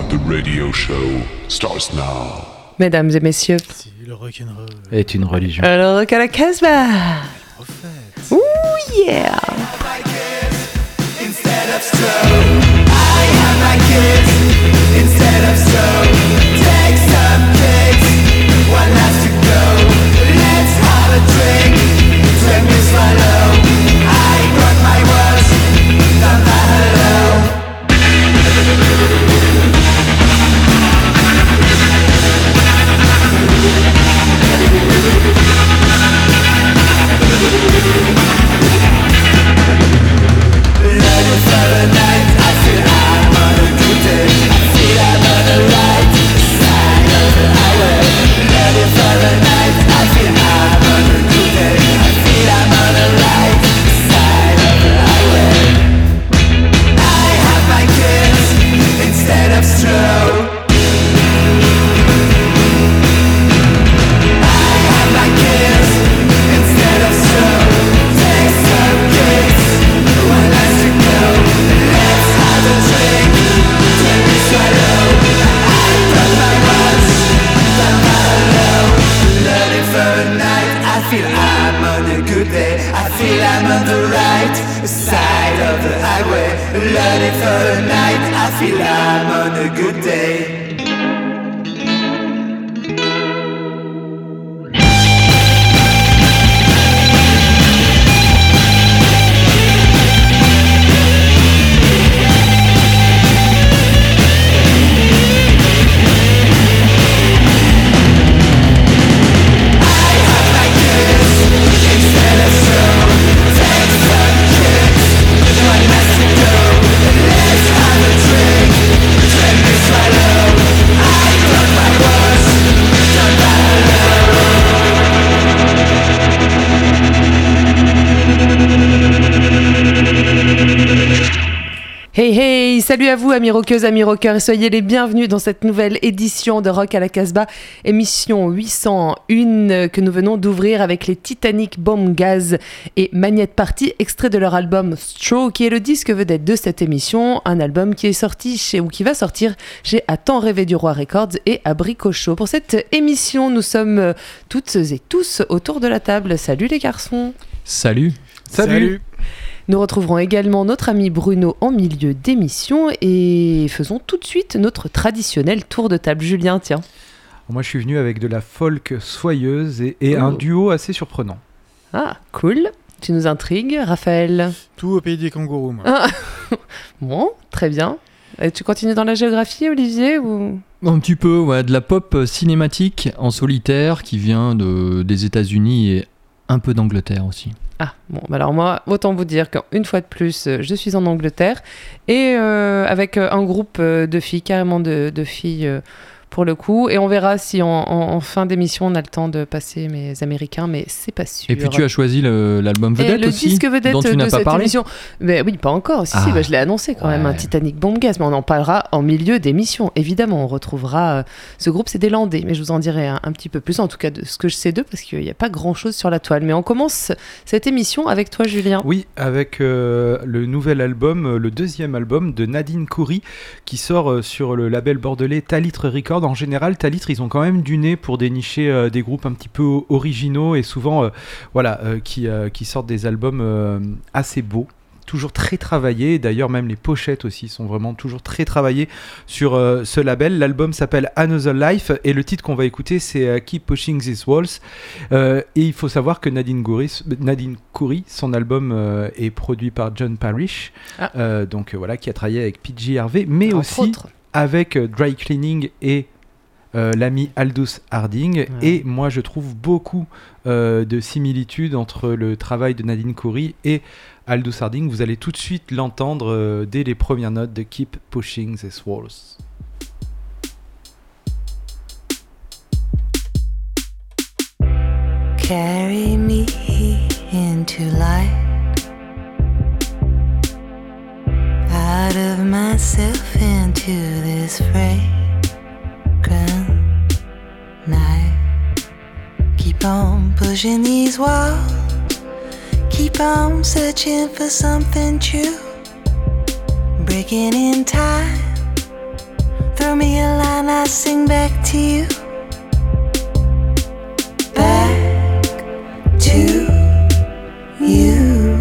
The radio show starts now. Mesdames et messieurs, Si le rock'n'roll est une religion. le rock à la Casbah. prophète. Ouh yeah. Hey, salut à vous amis rockeuses, amis rockeurs et soyez les bienvenus dans cette nouvelle édition de Rock à la Casbah, émission 801 que nous venons d'ouvrir avec les Titanic Bomb Gaz et Magnet Party, extrait de leur album Straw, qui est le disque vedette de cette émission, un album qui est sorti qui va sortir chez À Tant Rêver du Roi Records et Abricochot. Pour cette émission, nous sommes toutes et tous autour de la table. Salut les garçons. Salut. Nous retrouverons également notre ami Bruno en milieu d'émission et faisons tout de suite notre traditionnel tour de table. Julien, tiens. Moi, je suis venu avec de la folk soyeuse et un duo assez surprenant. Ah, cool. Tu nous intrigues, Raphaël. Tout au pays des kangourous, moi. Ah. Bon, très bien. Et tu continues dans la géographie, Olivier ou... Un petit peu, ouais, de la pop cinématique en solitaire qui vient des États-Unis et un peu d'Angleterre aussi. Ah, bon, bah alors moi, autant vous dire qu'une fois de plus, je suis en Angleterre et avec un groupe de filles, carrément de filles pour le coup. Et on verra si en fin d'émission, on a le temps de passer mes Américains, mais c'est pas sûr. Et puis tu as choisi l'album vedette le aussi, disque vedette dont tu n'as de pas cette parlé. émission. Mais oui, pas encore. Si, bah, je l'ai annoncé quand même, un Titanic Bomb Gaz, mais on en parlera en milieu d'émission. Évidemment, on retrouvera ce groupe, c'est des Landais, mais je vous en dirai un petit peu plus, en tout cas de ce que je sais d'eux, parce qu'il n'y a pas grand-chose sur la toile. Mais on commence cette émission avec toi, Julien. Oui, avec le nouvel album, le deuxième album de Nadine Khoury, qui sort sur le label bordelais Talitre Records. En général, Talitre, ils ont quand même du nez pour dénicher des groupes un petit peu originaux et souvent qui sortent des albums assez beaux, toujours très travaillés. D'ailleurs, même les pochettes aussi sont vraiment toujours très travaillées sur ce label. L'album s'appelle Another Life et le titre qu'on va écouter, c'est Keep Pushing These Walls. Et il faut savoir que Nadine Khoury, son album est produit par John Parrish, qui a travaillé avec PG Harvey, mais aussi avec Dry Cleaning et l'ami Aldous Harding, et moi je trouve beaucoup de similitudes entre le travail de Nadine Khoury et Aldous Harding. Vous allez tout de suite l'entendre dès les premières notes de Keep Pushing These Walls. Carry me into light, out of myself into this fragrant night. Keep on pushing these walls, keep on searching for something true, breaking in time Throw me a line, I sing back to you. Back to you.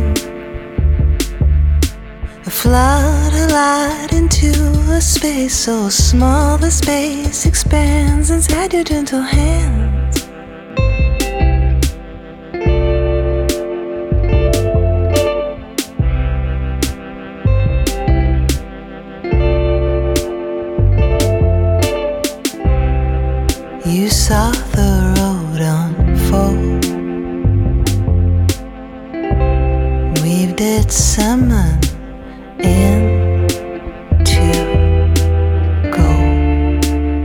A flood of light into a space so small the space expands inside your gentle hands. You saw the road unfold, weaved its summon into gold.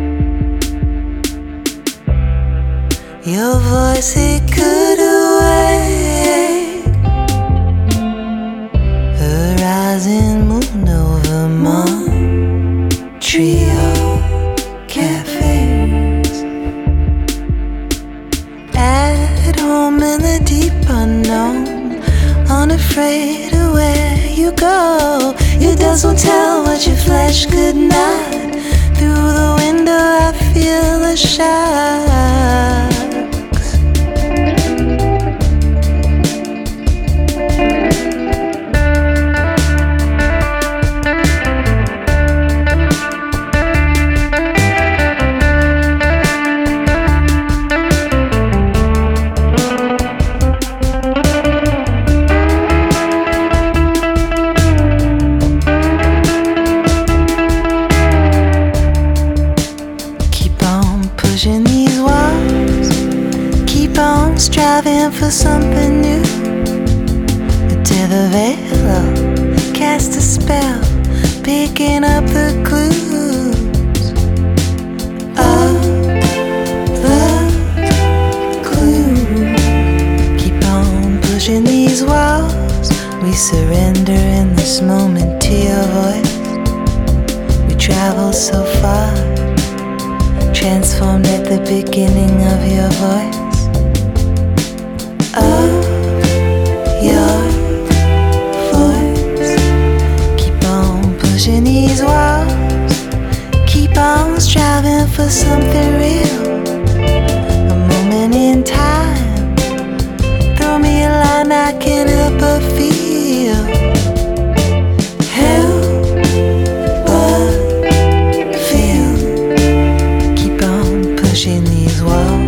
Your voice, it could awake a rising moon over Montreal cafes. At home in the deep unknown, unafraid of where you go. Your dust won't tell what your flesh could not. Through the window I feel the shocks. Striving for something new. Until the veil cast a spell, picking up the clues of the clue. Keep on pushing these walls. We surrender in this moment to your voice. We travel so far, transformed at the beginning of your voice. Of your voice. Keep on pushing these walls. Keep on striving for something real. A moment in time. Throw me a line, I can't help but feel. Help but feel. Keep on pushing these walls.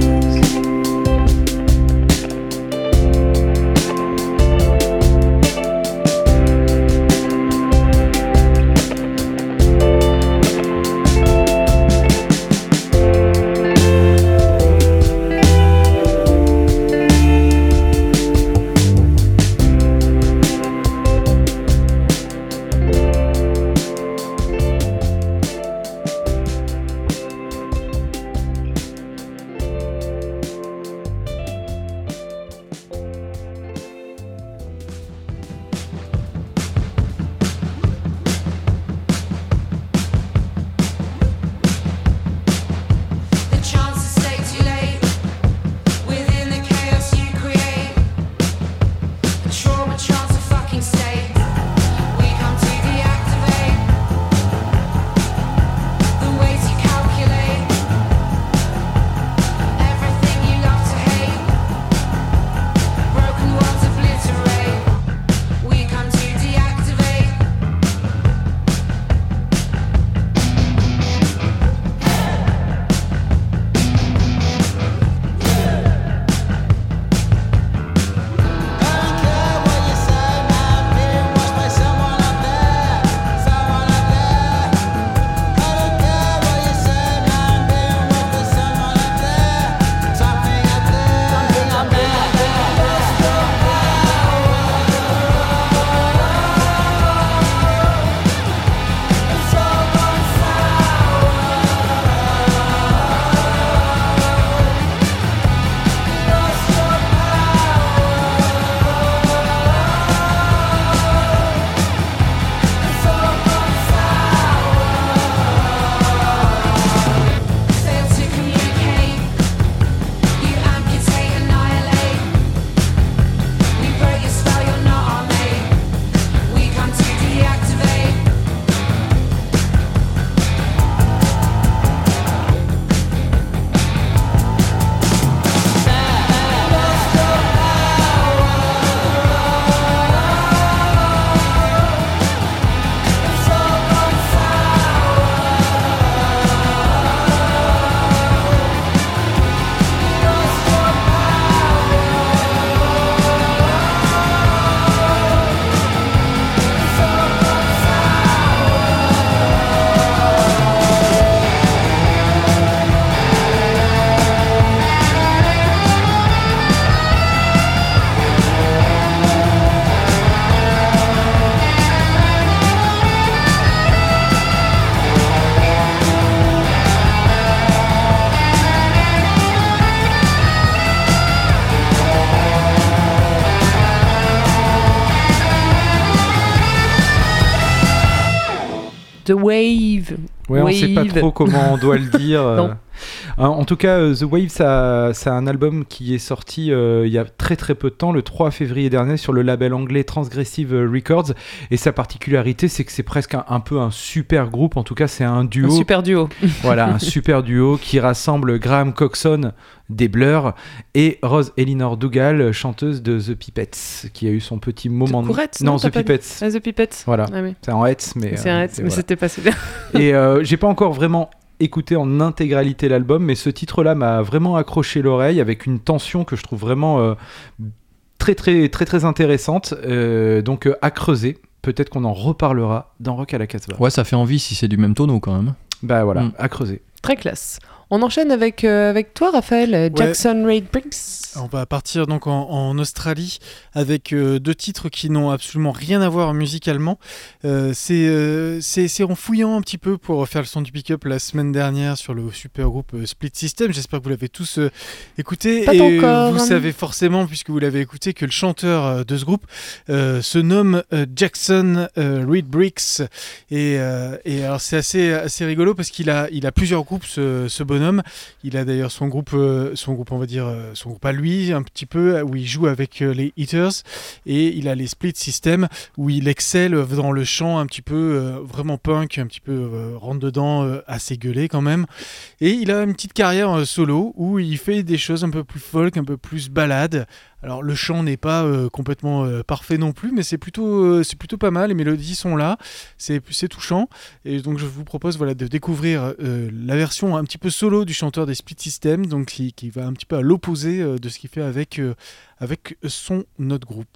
The Wave. Ouais, on sait pas Wave. trop comment on doit le dire. Non. En tout cas, The Wave, ça a un album qui est sorti il y a très très peu de temps, le 3 février dernier, sur le label anglais Transgressive Records. Et sa particularité, c'est que c'est presque un peu un super groupe. En tout cas, c'est un duo. Un super duo. Voilà, un super duo qui rassemble Graham Coxon des Blur et Rose Elinor Dougal, chanteuse de The Pipettes, qui a eu son petit moment. Courettes, Non, t'as The pas dit Pipettes. Ah, The Pipettes. Voilà, Ah, oui. c'est en hets, mais C'est un hit, mais voilà. c'était pas celui-là. Et j'ai pas encore vraiment écouté en intégralité l'album, mais ce titre-là m'a vraiment accroché l'oreille avec une tension que je trouve vraiment très très très très intéressante. Donc à creuser. Peut-être qu'on en reparlera dans Rock à la Casbah. Ouais, ça fait envie si c'est du même tonneau quand même. Bah voilà, à creuser. Très classe. On enchaîne avec toi, Raphaël, Jackson Ray Briggs. On va partir donc en Australie avec deux titres qui n'ont absolument rien à voir musicalement. C'est en fouillant un petit peu pour faire le son du pick-up la semaine dernière sur le super groupe Split System. J'espère que vous l'avez tous écouté. Pas et encore. vous savez forcément, puisque vous l'avez écouté, que le chanteur de ce groupe se nomme Jackson Reed Briggs. Et alors c'est assez rigolo parce qu'il a plusieurs groupes, ce bonhomme. Il a d'ailleurs son groupe on va dire, son groupe à lui, un petit peu, où il joue avec les Eaters, et il a les Split System, où il excelle dans le chant un petit peu vraiment punk, un petit peu rentre dedans, assez gueulé quand même. Et il a une petite carrière solo, où il fait des choses un peu plus folk, un peu plus ballade. Alors le chant n'est pas complètement parfait non plus, mais c'est plutôt pas mal, les mélodies sont là, c'est touchant, et donc je vous propose de découvrir la version un petit peu solo du chanteur des Split System, donc qui va un petit peu à l'opposé de ce qu'il fait avec son autre groupe.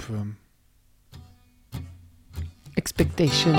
Expectation.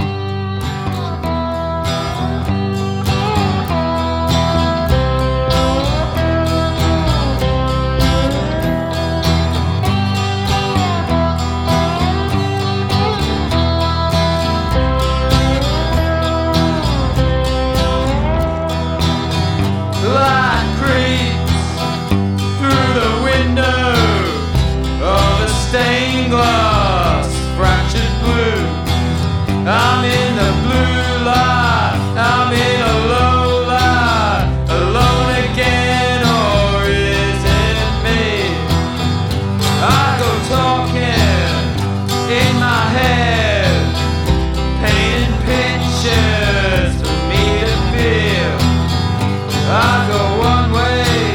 Light creeps through the window of a stained glass, fractured blue. I'm in the blue light, I'm in a low light, alone again, or is it me? I go talking in my head, painting pictures for me to feel. I go one way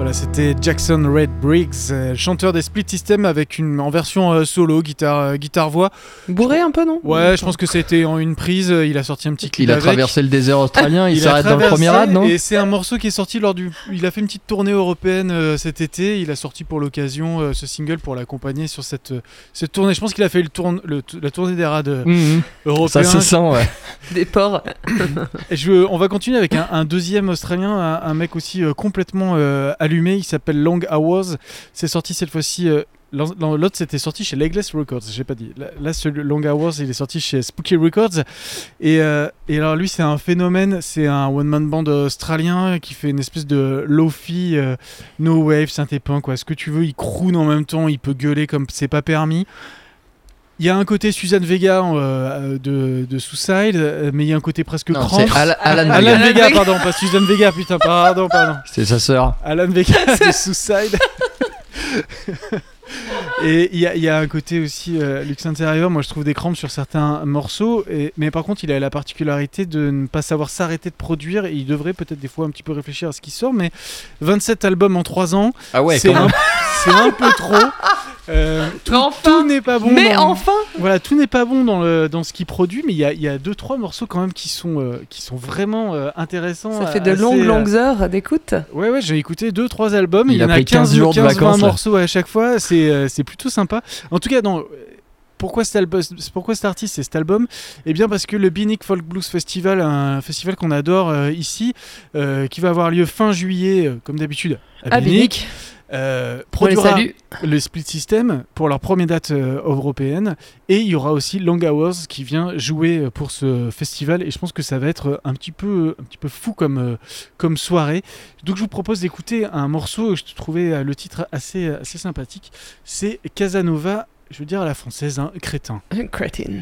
Voilà, c'était Jackson Red Briggs, chanteur des Split System avec en version solo, guitare-voix. Bourré un peu, non? Ouais, je pense que c'était en une prise, il a sorti un petit clip Il a avec. traversé le désert australien, il s'arrête dans le premier rad, non? Et c'est un morceau qui est sorti il a fait une petite tournée européenne cet été, il a sorti pour l'occasion ce single pour l'accompagner sur cette tournée. Je pense qu'il a fait la tournée des rades européens. Ça se sent, ouais. Des porcs. On va continuer avec un deuxième Australien, un mec aussi complètement allumé, il s'appelle Long Hours. C'est sorti cette fois-ci, l'autre c'était sorti chez Legless Records, j'ai pas dit. Là ce Long Hours il est sorti chez Spooky Records. Et alors lui c'est un phénomène, c'est un one-man band australien qui fait une espèce de lo-fi, no wave, synthé-punk, quoi. Ce que tu veux, il croune en même temps, il peut gueuler comme c'est pas permis. Il y a un côté Suzanne Vega de Suicide, mais il y a un côté presque Cramps. C'est Alan Vega, pardon, pas Suzanne Vega, putain, pardon. C'est sa sœur. Alan Vega de Suicide. Et il y a un côté aussi Lux Interior, moi je trouve des Cramps sur certains morceaux, mais par contre il a la particularité de ne pas savoir s'arrêter de produire, et il devrait peut-être des fois un petit peu réfléchir à ce qui sort, mais 27 albums en 3 ans, ah ouais, c'est un peu trop. Tout n'est pas bon. Mais enfin, voilà, tout n'est pas bon dans ce qu'il produit, mais il y a 2-3 morceaux quand même qui sont vraiment intéressants. Ça fait de longues heures d'écoute. Ouais, j'ai écouté 2-3 albums. Il y en a pris 15 jours de 20 vacances, morceaux à chaque fois. C'est plutôt sympa. En tout cas, pourquoi cet artiste, c'est cet album? Eh bien parce que le Binnick Folk Blues Festival, un festival qu'on adore ici, qui va avoir lieu fin juillet, comme d'habitude, à Binnick. Produira le Split System pour leur première date européenne, et il y aura aussi Long Hours qui vient jouer pour ce festival, et je pense que ça va être un petit peu fou comme soirée. Donc je vous propose d'écouter un morceau, je trouvais le titre assez sympathique, c'est Casanova, je veux dire à la française, crétin. Crétin.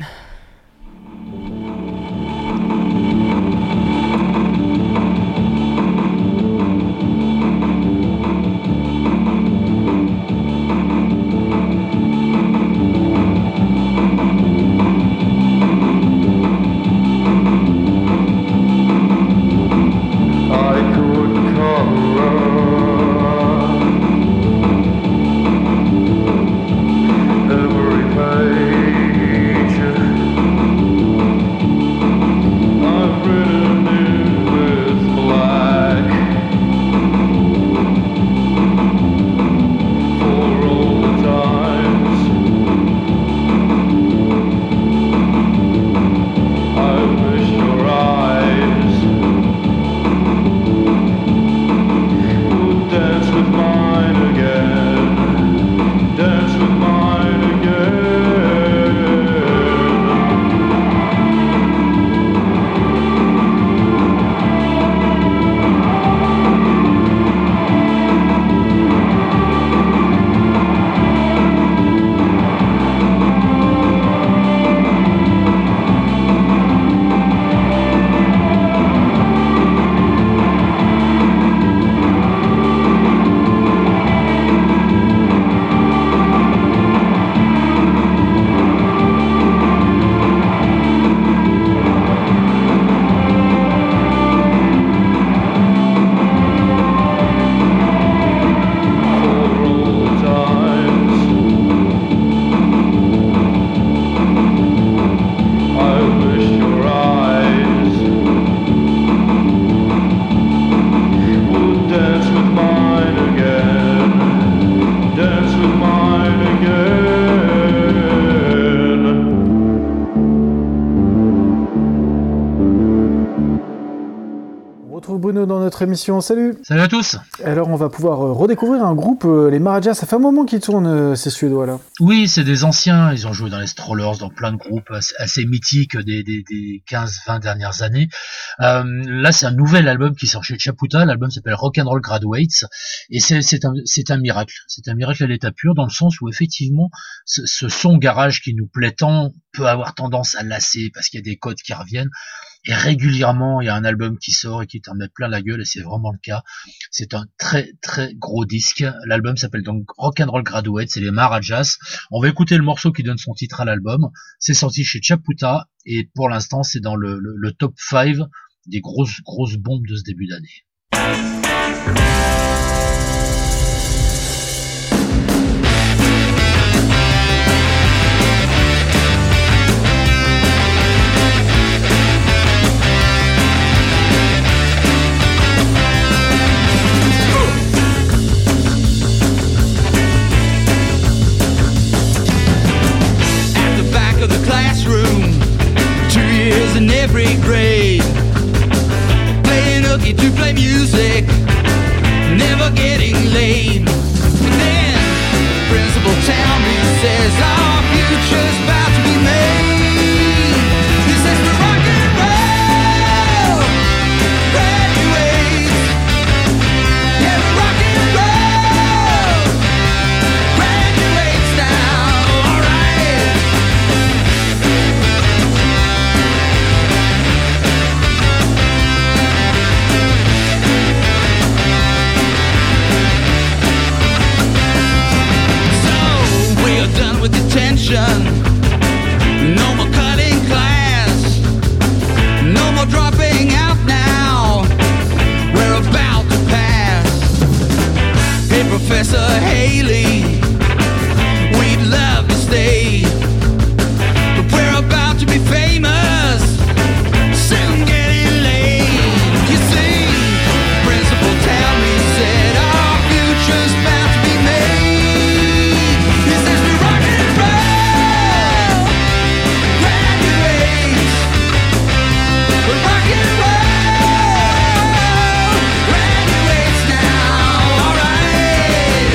Dans notre émission, salut à tous. Alors on va pouvoir redécouvrir un groupe, les Marajas. Ça fait un moment qu'ils tournent, ces Suédois là. Oui, c'est des anciens, ils ont joué dans les Strollers, dans plein de groupes assez mythiques des 15-20 dernières années. Là c'est un nouvel album qui sort chez Chaputa, l'album s'appelle Rock'n'Roll Graduates, et c'est un miracle, c'est un miracle à l'état pur, dans le sens où effectivement ce son garage qui nous plaît tant peut avoir tendance à lasser, parce qu'il y a des codes qui reviennent. Et régulièrement, il y a un album qui sort et qui t'en met plein la gueule, et c'est vraiment le cas. C'est un très très gros disque. L'album s'appelle donc Rock'n'Roll Graduate, c'est les Marajas. On va écouter le morceau qui donne son titre à l'album. C'est sorti chez Chaputa, et pour l'instant, c'est dans le top 5 des grosses bombes de ce début d'année. Professor Haley. We'd love to stay, but we're about to be famous, soon getting late. You see, principal tell me, said our future's about to be made. He says we rock and roll, graduates. We rock and roll, graduates now, alright.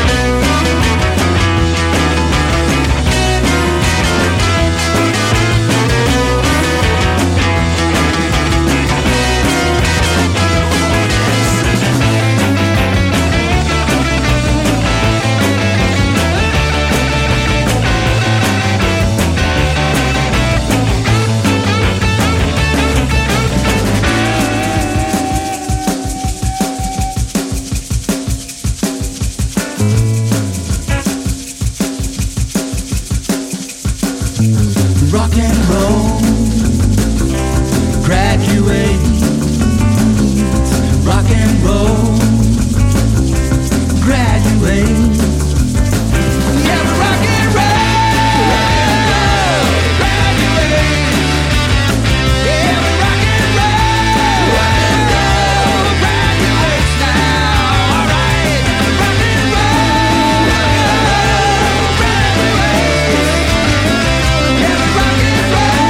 Rock and roll, graduate. Rock and roll, graduate. Yeah, we rock and roll, graduate. Yeah, we rock and roll, graduates now. All right, rock and roll, graduates. Yeah, we rock and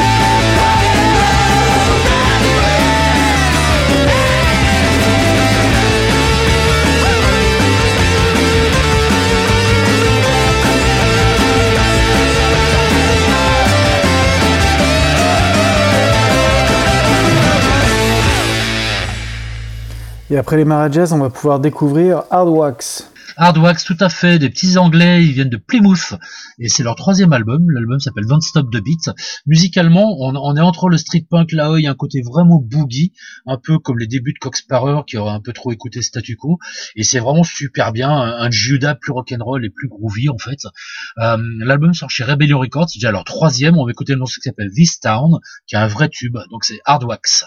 Et après les Marajas, on va pouvoir découvrir Hardwax. Hardwax, tout à fait, des petits Anglais, ils viennent de Plymouth, et c'est leur 3e album, l'album s'appelle Don't Stop the Beat. Musicalement, on est entre le street punk, là, il y a un côté vraiment boogie, un peu comme les débuts de Cox Sparrer, qui auraient un peu trop écouté Statu Quo, et c'est vraiment super bien, un Judas plus rock'n'roll et plus groovy, en fait. L'album sort chez Rebellion Records, c'est déjà leur 3e, on va écouter le morceau qui s'appelle This Town, qui est un vrai tube, donc c'est Hardwax.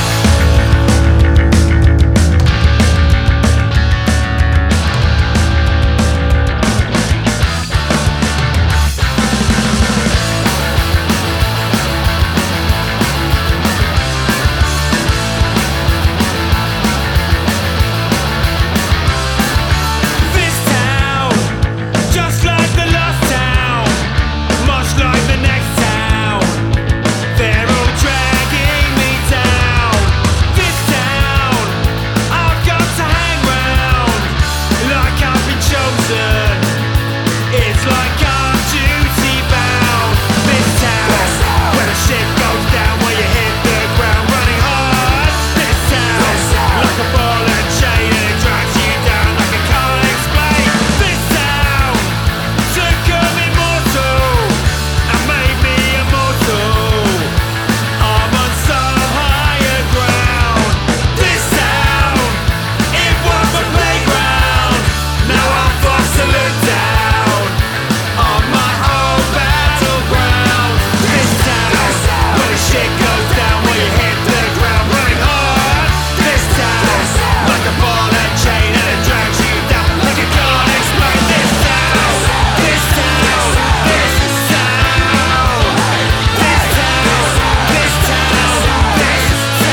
This town, just like the last town, much like the next town, they're all dragging me down. This town, I've got to hang round, like I've been chosen. It's like I'm duty bound. This town, where the shit goes down, where you hit the ground running hard. This town, like a ball and chain, and it drags you down like I can't explain. This town took me immortal and made me immortal. I'm on some higher ground. This town, it was my playground. Now I'm forced to look down on my whole battleground. This town, where the shit goes down, where you hit the ground running hard. This town, like a ball and chain, and it drags you down like I can't explain. This town, this town, this town, this town, this town, this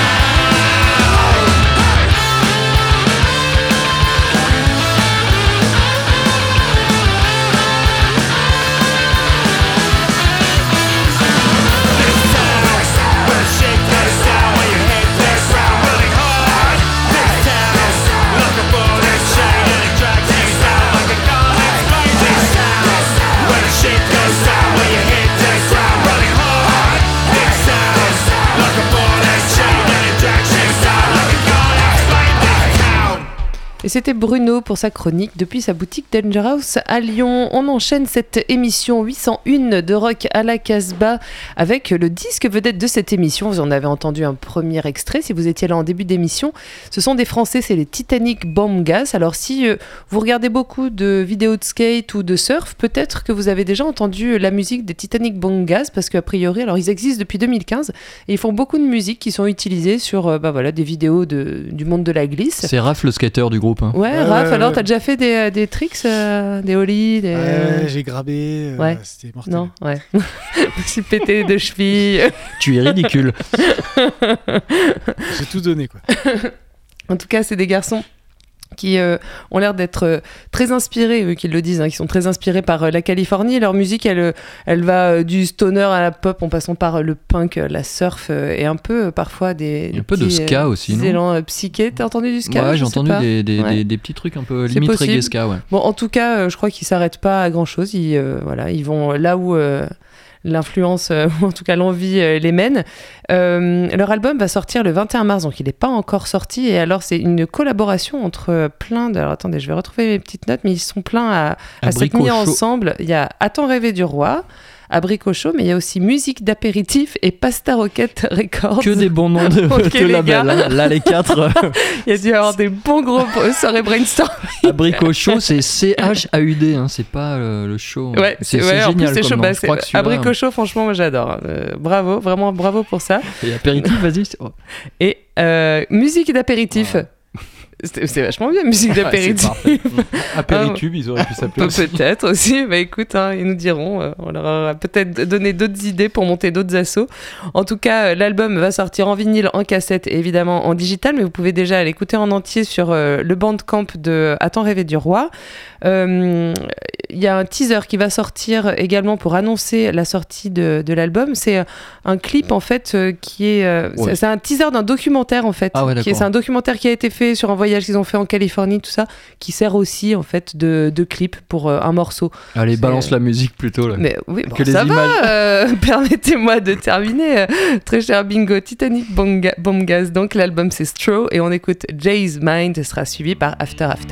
where the shit goes down, where you hit the ground running hard. This town, like a ball and chain, and it drags you down like I can't explain. This town, where the shit goes down, where you hit the ground running hard. This town, like a ball and chain, and it drags you down like I can't explain. This town. Et c'était Bruno pour sa chronique depuis sa boutique Danger House à Lyon. On enchaîne cette émission 801 de Rock à la Casbah avec le disque vedette de cette émission. Vous en avez entendu un premier extrait si vous étiez là en début d'émission. Ce sont des Français, c'est les Titanic Bomb Gas. Alors si vous regardez beaucoup de vidéos de skate ou de surf, peut-être que vous avez déjà entendu la musique des Titanic Bomb Gas parce qu'a priori, alors ils existent depuis 2015 et ils font beaucoup de musique qui sont utilisées sur des vidéos du monde de la glisse. C'est Raph le skater du groupe. groupe. Hein. Ouais, Raph, alors t'as déjà fait des tricks, des ollies, des... J'ai grabé, Ouais. c'était mortel. Non, ouais. Je suis pété de cheville. Tu es ridicule. J'ai tout donné, quoi. En tout cas, c'est des garçons qui ont l'air d'être très inspirés, eux qui le disent, hein, qui sont très inspirés par la Californie. Leur musique, elle va du stoner à la pop, en passant par le punk, la surf, et un peu parfois des Un peu de ska aussi, des non élans psychés. T'as entendu du ska? Ouais, Je j'ai sais entendu pas. des Ouais. petits trucs un peu C'est limite possible. reggae ska, ouais. Bon, en tout cas, je crois qu'ils s'arrêtent pas à grand chose. Ils vont là où l'influence, ou en tout cas l'envie, les mène. Leur album va sortir le 21 mars, donc il n'est pas encore sorti. Et alors, c'est une collaboration entre plein de. Alors, attendez, je vais retrouver mes petites notes, mais ils sont pleins à s'être mis Abricot Chaud. ensemble. Il y a Attends rêver du roi, Abricot Chaud, mais il y a aussi Musique d'apéritif et Pasta Rocket Records. Que des bons noms de, Ok, de les labels. gars. Hein. Là, les 4. Il y a dû y avoir des bons gros soirées brainstorm. Abricot Chaud, c'est CHAUD, hein, c'est pas le show. Ouais, c'est ouais, en plus, génial. c'est comme chaud. nom. Bah, Je crois que celui-là, Abricot Chaud, franchement, moi j'adore. Bravo, vraiment bravo pour ça. Et apéritif, vas-y. Oh. Et musique d'apéritif. C'est vachement bien, musique Ouais, d'apéritif. c'est parfait. Apéritube, ils auraient pu s'appeler aussi. Peut-être aussi. Bah écoute, hein, ils nous diront. On leur aura peut-être donné d'autres idées pour monter d'autres assos. En tout cas, l'album va sortir en vinyle, en cassette et évidemment en digital, mais vous pouvez déjà l'écouter en entier sur le Bandcamp de Attends rêver du roi. Il y a un teaser qui va sortir également pour annoncer la sortie de l'album. C'est un clip en fait qui est... Ouais. C'est un teaser d'un documentaire en fait. Ah ouais, d'accord. C'est un documentaire qui a été fait sur un voyage qu'ils ont fait en Californie, tout ça, qui sert aussi en fait de clip pour un morceau. Allez, C'est- balance la musique plutôt. Là. Mais oui, bon, Que les ça images. va. Permettez-moi de terminer. Très cher bingo, Titanic Bomb Gas. Donc l'album c'est Straw et on écoute Jay's Mind. Ce sera suivi par After After.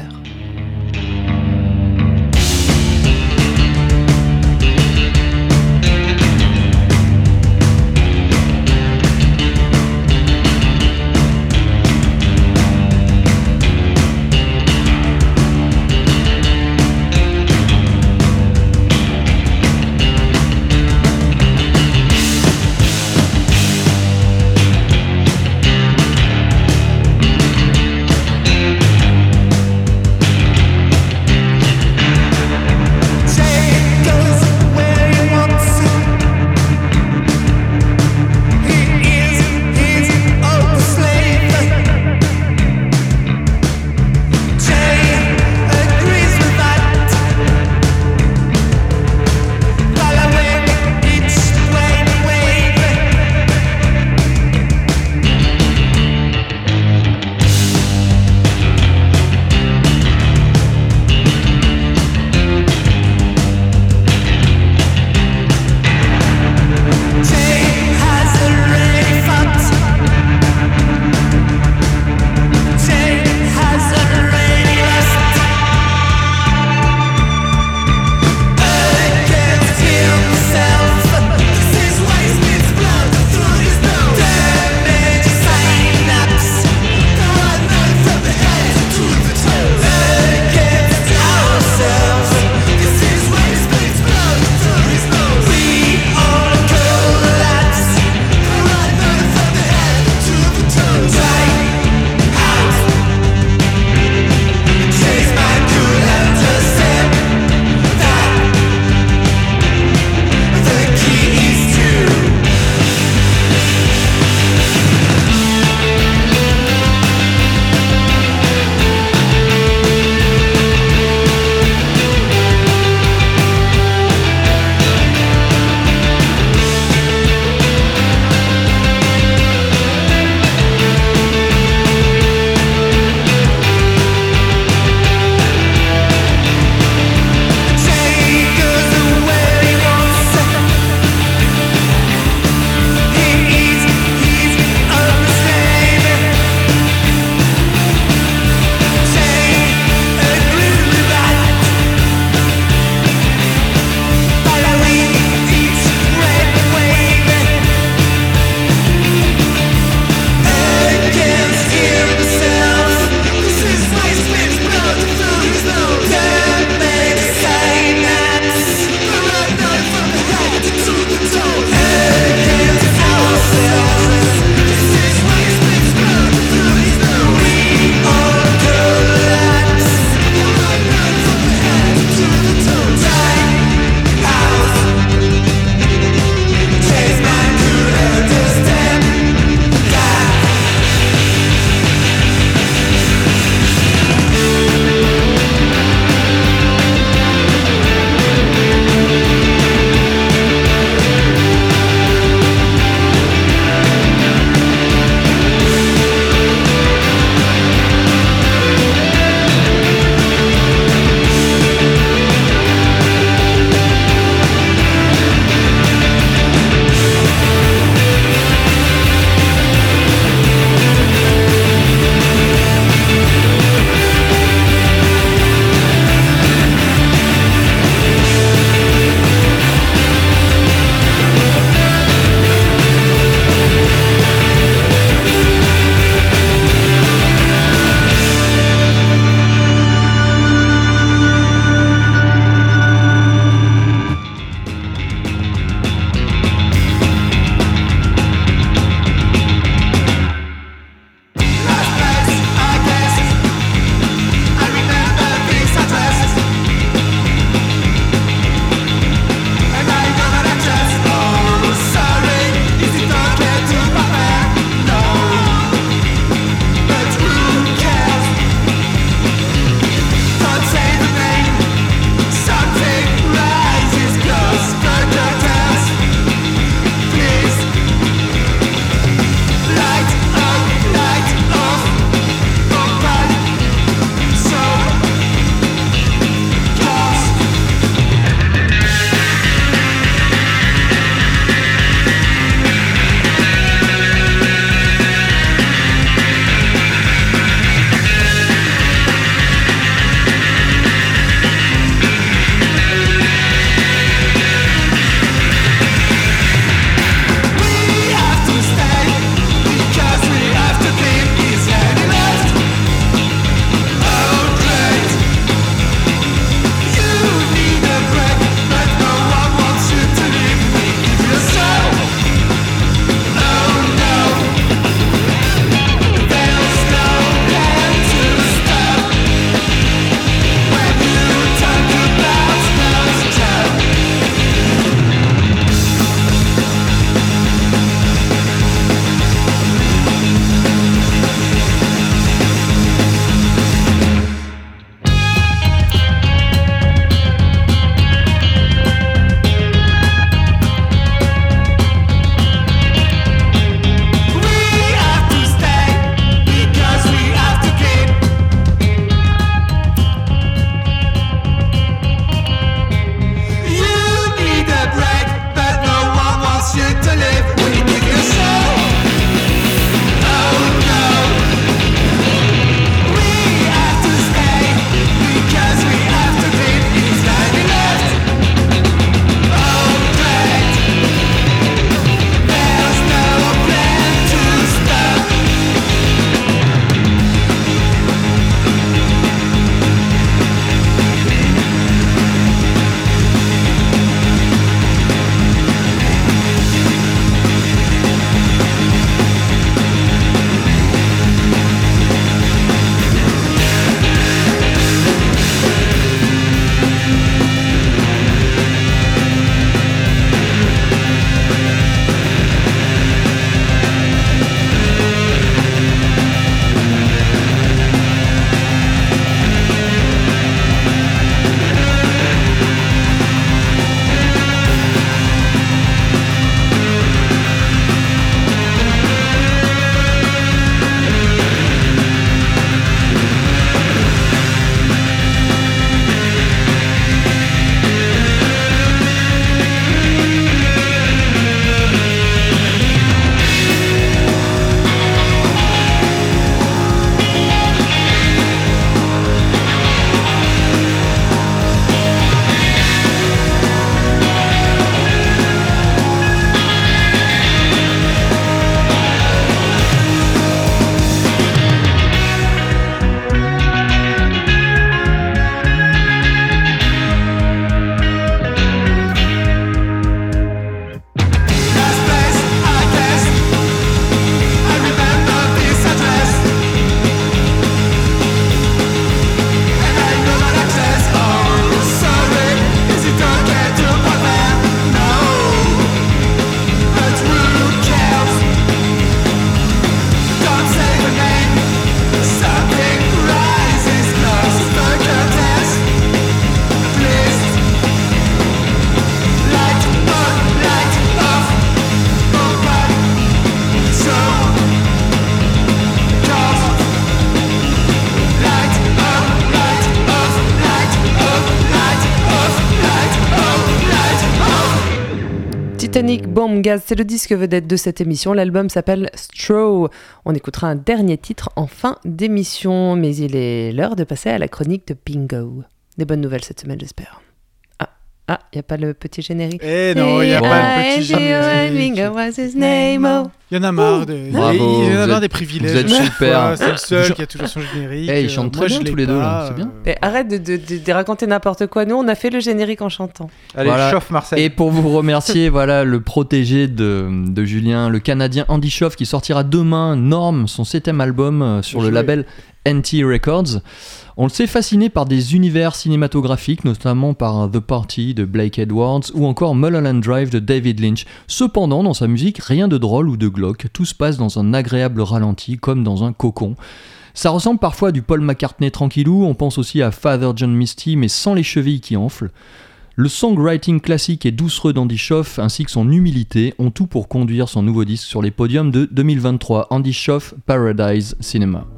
Titanic Bomb Gas, c'est le disque vedette de cette émission. L'album s'appelle Straw. On écoutera un dernier titre en fin d'émission, mais il est l'heure de passer à la chronique de Bingo. Des bonnes nouvelles cette semaine, j'espère. Ah, il n'y a pas le petit générique. Eh non, il n'y a pas le petit générique. Bingo was his name. Oh. Il y en a marre, Bravo, il y en a vous marre êtes- des privilèges. vous êtes à chaque super. fois. C'est le seul qui a toujours son générique. Eh, ils chantent très Moi, bien je l'ai tous les deux, là, pas, c'est bien. Mais arrête de raconter n'importe quoi. Nous, on a fait le générique en chantant. Allez, Voilà. chauffe Marcel. Et pour vous remercier, voilà le protégé de Julien, le Canadien Andy Schoff, qui sortira demain, Norm, son 7e album sur le label NT Records. On le sait fasciné par des univers cinématographiques, notamment par The Party de Blake Edwards ou encore Mulholland Drive de David Lynch. Cependant, dans sa musique, rien de drôle ou de glauque, tout se passe dans un agréable ralenti, comme dans un cocon. Ça ressemble parfois à du Paul McCartney tranquillou, on pense aussi à Father John Misty, mais sans les chevilles qui enflent. Le songwriting classique et doucereux d'Andy Schoff, ainsi que son humilité, ont tout pour conduire son nouveau disque sur les podiums de 2023. Andy Schoff, Paradise Cinema.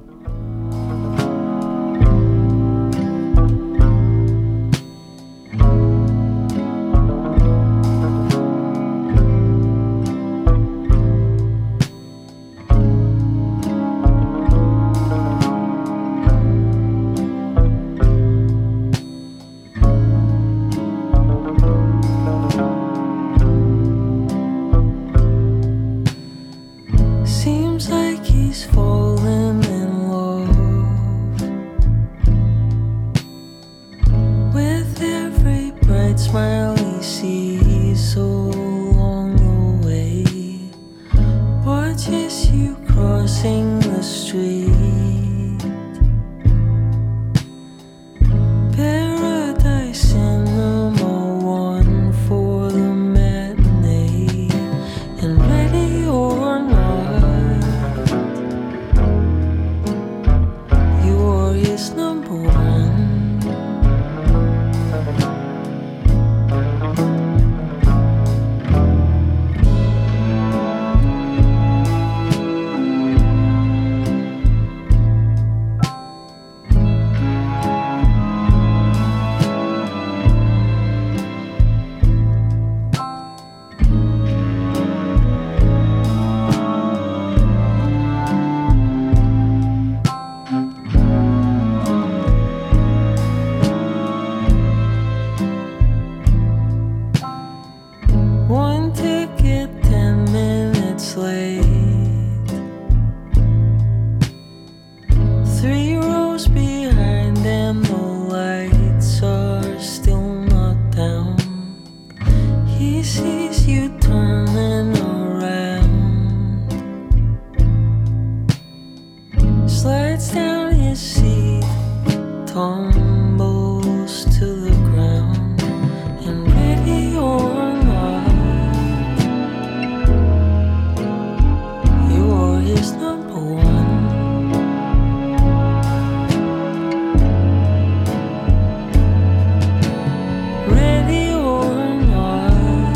Seems like he's fallen in love with every bright smile he sees along the way. Watches you crossing the street. Paradise Cinema, one for the matinee, and ready or not, you are his number one. One ticket, 10 minutes late. 3 rows behind, and the lights are still not down. He sees you turning around, slides down his seat, tumbles to the ground, and ready or not, you are his number one. Ready or not,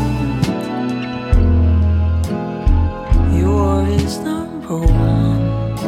you are his number one.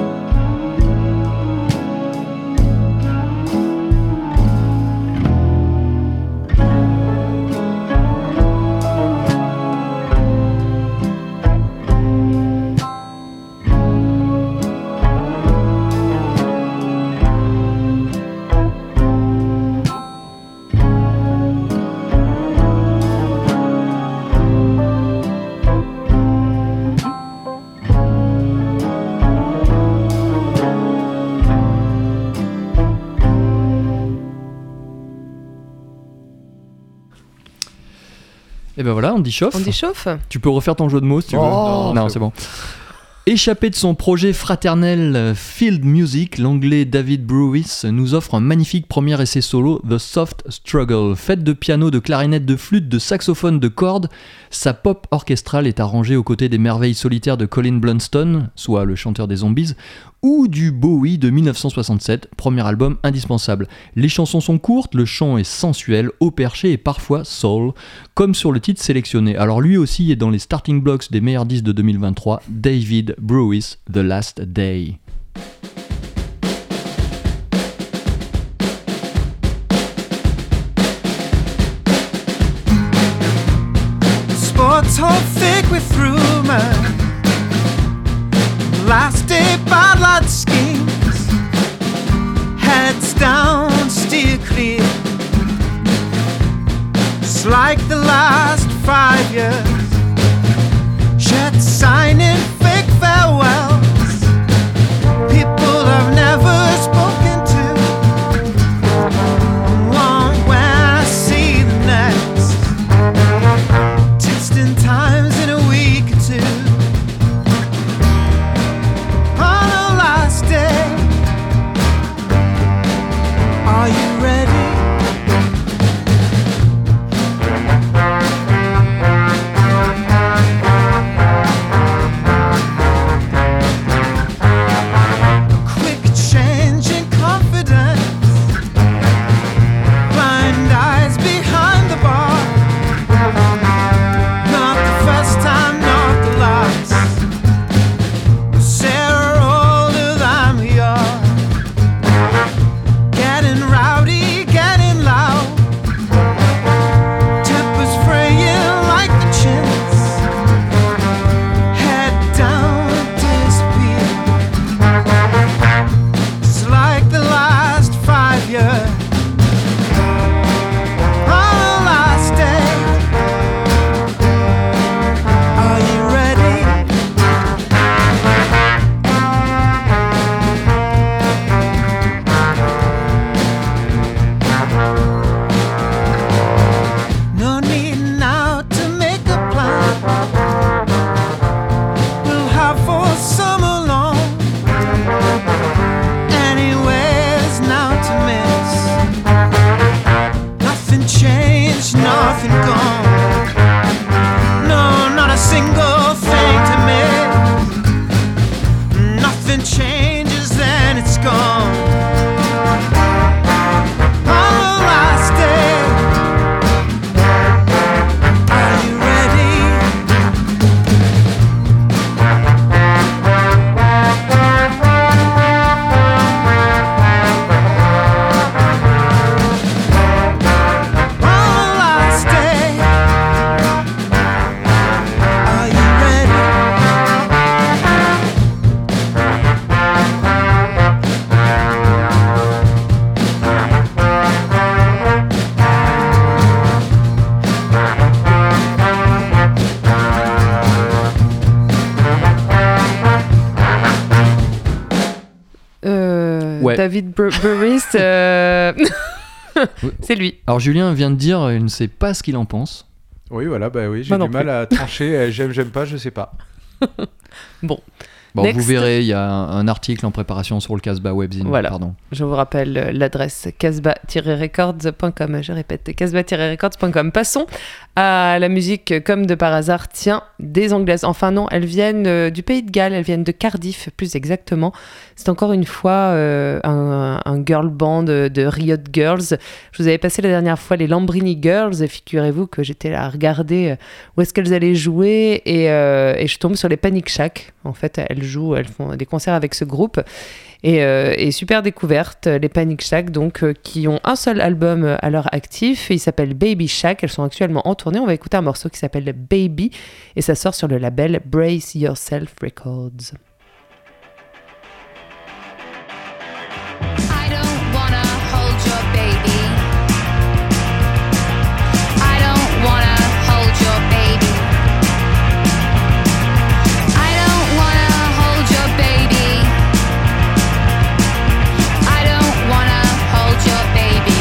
Et ben voilà, Andy Schoff. On déchauffe. Tu peux refaire ton jeu de mots si tu veux. Oh. Non, c'est bon. Échappé de son projet fraternel Field Music, l'anglais David Brewis nous offre un magnifique premier essai solo, The Soft Struggle. Faite de piano, de clarinette, de flûte, de saxophone, de cordes, sa pop orchestrale est arrangée aux côtés des merveilles solitaires de Colin Blunstone, soit le chanteur des Zombies, ou du Bowie de 1967, premier album indispensable. Les chansons sont courtes, le chant est sensuel, haut perché et parfois soul, comme sur le titre sélectionné. Alors lui aussi est dans les starting blocks des meilleurs disques de 2023, David Brewis, The Last Day. Sports so thick with rumor. Last day bad lad schemes. Heads down, steer clear. It's like the last 5 years. Shit signing fake farewells. People I've never spoken to. Long when I see the next. Testing times in a week or two. On the last day, are you ready? David Burris, c'est lui. Alors Julien vient de dire il ne sait pas ce qu'il en pense. Oui, voilà, bah oui, j'ai du mal à trancher. J'aime pas, je sais pas. Bon, vous verrez, il y a un article en préparation sur le Casbah Webzine. Voilà. Pardon. Je vous rappelle l'adresse casbah-records.com. Je répète, casbah-records.com. Passons à la musique comme de par hasard. Tiens, des Anglaises. Enfin non, elles viennent du Pays de Galles, elles viennent de Cardiff plus exactement. C'est encore une fois un girl band de Riot Girls. Je vous avais passé la dernière fois les Lambrini Girls et figurez-vous que j'étais là à regarder où est-ce qu'elles allaient jouer et je tombe sur les Panic Shack. En fait, elles font des concerts avec ce groupe. Et super découverte, les Panic Shack, donc, qui ont un seul album à leur actif. Il s'appelle Baby Shack. Elles sont actuellement en tournée. On va écouter un morceau qui s'appelle Baby. Et ça sort sur le label Brace Yourself Records. I don't wanna hold your baby. I don't wanna hold your baby. I don't wanna hold your baby. I don't wanna hold your baby.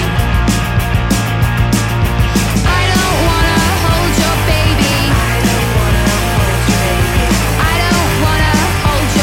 I don't wanna hold your baby. I don't wanna hold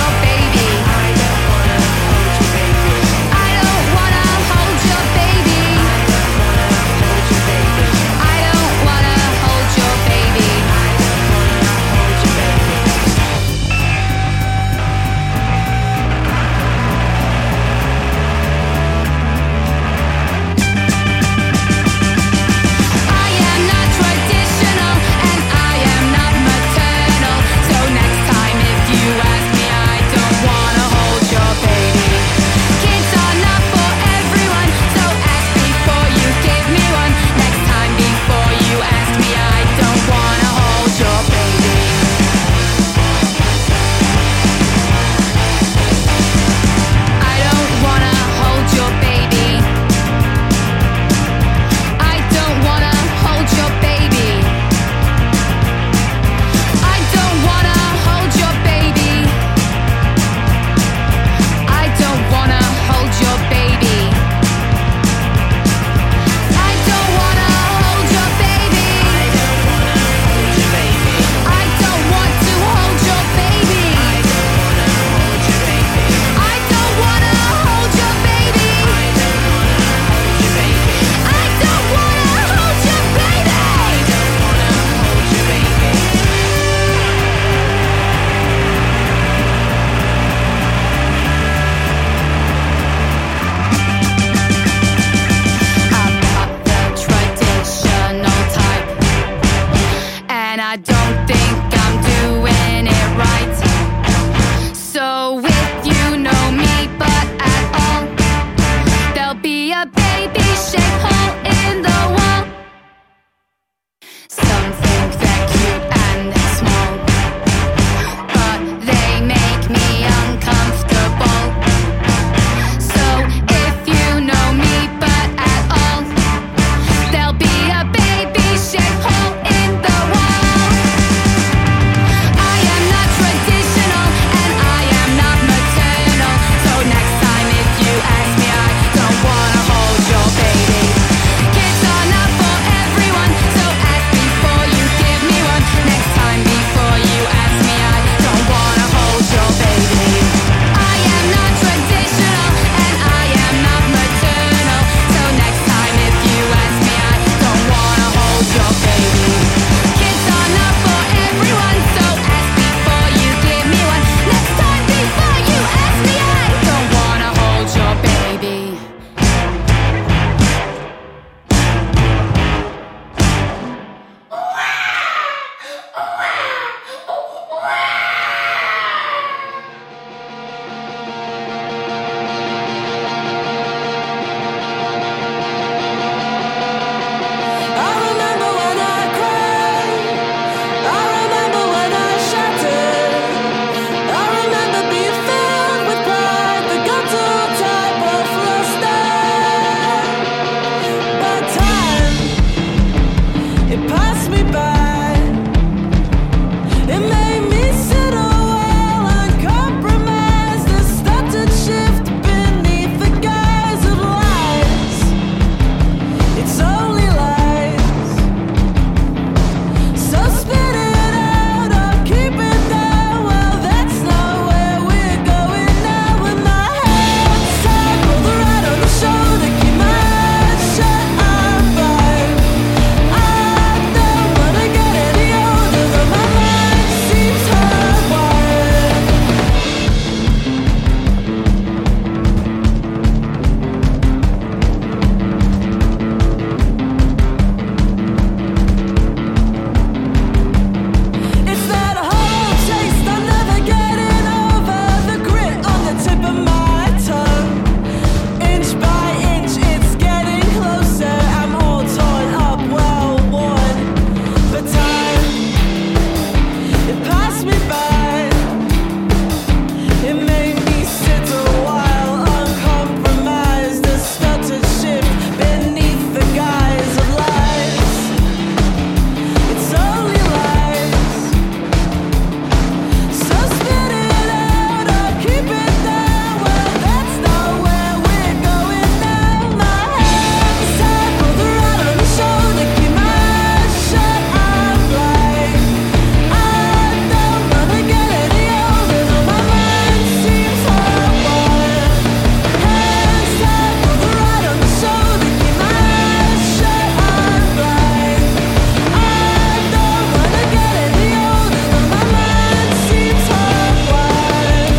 baby-shaped hole in the wall. Some think they're cute and they're small, but they make me uncomfortable. So if you know me but at all, there'll be a baby-shaped hole in the wall. I am not traditional and I am not maternal, so next time if you ask me, I don't wanna hold your baby. Kids are not for everyone, so ask before you give me one. Next time before you ask me, I don't wanna hold your baby. I am not traditional and I am not maternal, so next time if you ask me, I don't wanna hold your baby. Kids are not for everyone, so ask before you give me one. Next time before you ask me, I don't wanna hold your baby. I remember when I cried. I remember when I shattered. I remember being filled with pride that got too type of flustered. But time, it passed me by. It made me sit a while uncompromised. The started shift beneath the guise of lies. It's only lies. So spit it out or keep it down. Well, that's not where we're going now. With my hands tied, pull the right on the shoulder, keep my eyes shut. I'm fine. I don't wanna get any older, but my mind seems hardwired. It's that whole taste I'm never getting over, the grit on the tip of my tongue. Inch by inch, it's getting closer. I'm all torn up, well worn. But time, it passed me by. It made me sit a while uncompromised. The stuttered shift beneath the guise of lies. It's only lies. So spit it out or keep it down. Well, that's not where we're going now. My hands tied, pull the right on the shoulder, keep my eyes shut. I'm blind. I don't wanna get any older, though my mind seems hardwired. Hands tied, pull the right on the shoulder, keep my eyes shut. I'm blind. I don't wanna get any older, though my mind seems hardwired.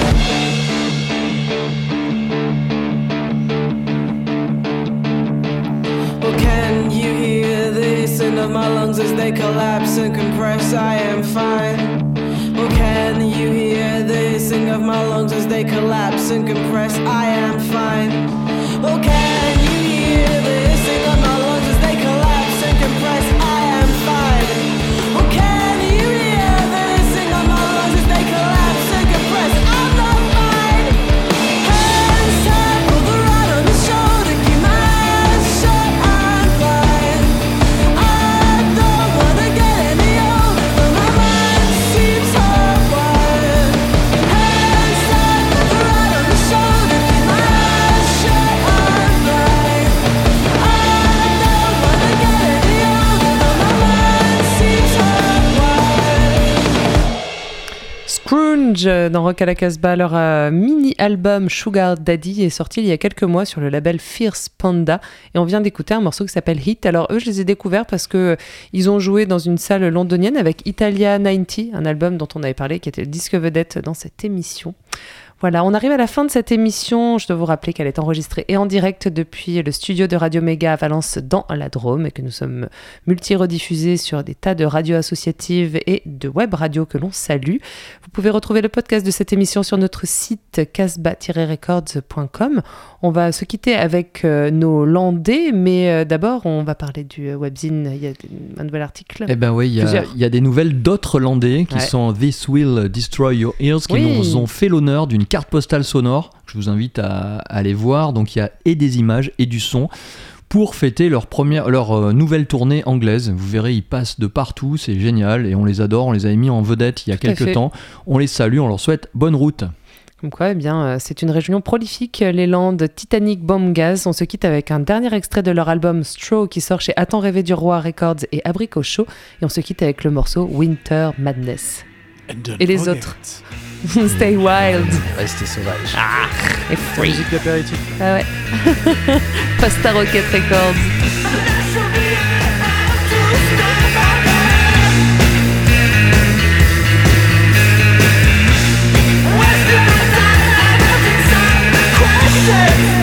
Well, can you hear the hissing of my lungs as they collapse and compress? I am fine. Well, can you hear the hissing of my lungs as they collapse and compress? I am fine. Well, can you hear the hissing of my lungs as they collapse and compress? I am fine. Well, can you hear the hissing of my lungs as they collapse and compress? I'm not fine. Hands tied, pull the right on the shoulder, keep my eyes shut. I'm blind. I don't wanna get any older, but my mind seems hardwired. Hands tied, pull the right on the shoulder, keep my eyes shut. I'm blind. I don't wanna get any older, but my mind seems hardwired. Scrooge dans Rock à la Casbah, leur mini-album Sugar Daddy est sorti il y a quelques mois sur le label Fierce Panda et on vient d'écouter un morceau qui s'appelle Hit. Alors eux, je les ai découverts parce que ils ont joué dans une salle londonienne avec Italia 90, un album dont on avait parlé qui était le disque vedette dans cette émission. Voilà, on arrive à la fin de cette émission. Je dois vous rappeler qu'elle est enregistrée et en direct depuis le studio de Radio Méga à Valence dans la Drôme et que nous sommes multi-rediffusés sur des tas de radios associatives et de web radios que l'on salue. Vous pouvez retrouver le podcast de cette émission sur notre site casbah-records.com. On va se quitter avec nos landais, mais d'abord on va parler du webzine. Il y a un nouvel article. Eh ben oui, il y a des nouvelles d'autres landais qui sont This Will Destroy Your Ears, qui nous ont fait l'honneur d'une carte postale sonore. Je vous invite à aller voir. Donc il y a et des images et du son pour fêter leur nouvelle tournée anglaise. Vous verrez, ils passent de partout, c'est génial et on les adore. On les avait mis en vedette il y a quelques temps. On les salue, on leur souhaite bonne route. Comme quoi, eh bien, c'est une région prolifique, les Landes. Titanic Bomb Gaz. On se quitte avec un dernier extrait de leur album Straw qui sort chez Attends rêver du roi Records et Abricot Show. Et on se quitte avec le morceau Winter Madness. Et les autres. Stay wild. Restez sauvage. Ah, et free. Musique d'apéritif. Ah ouais. Pasta Rocket Records. Question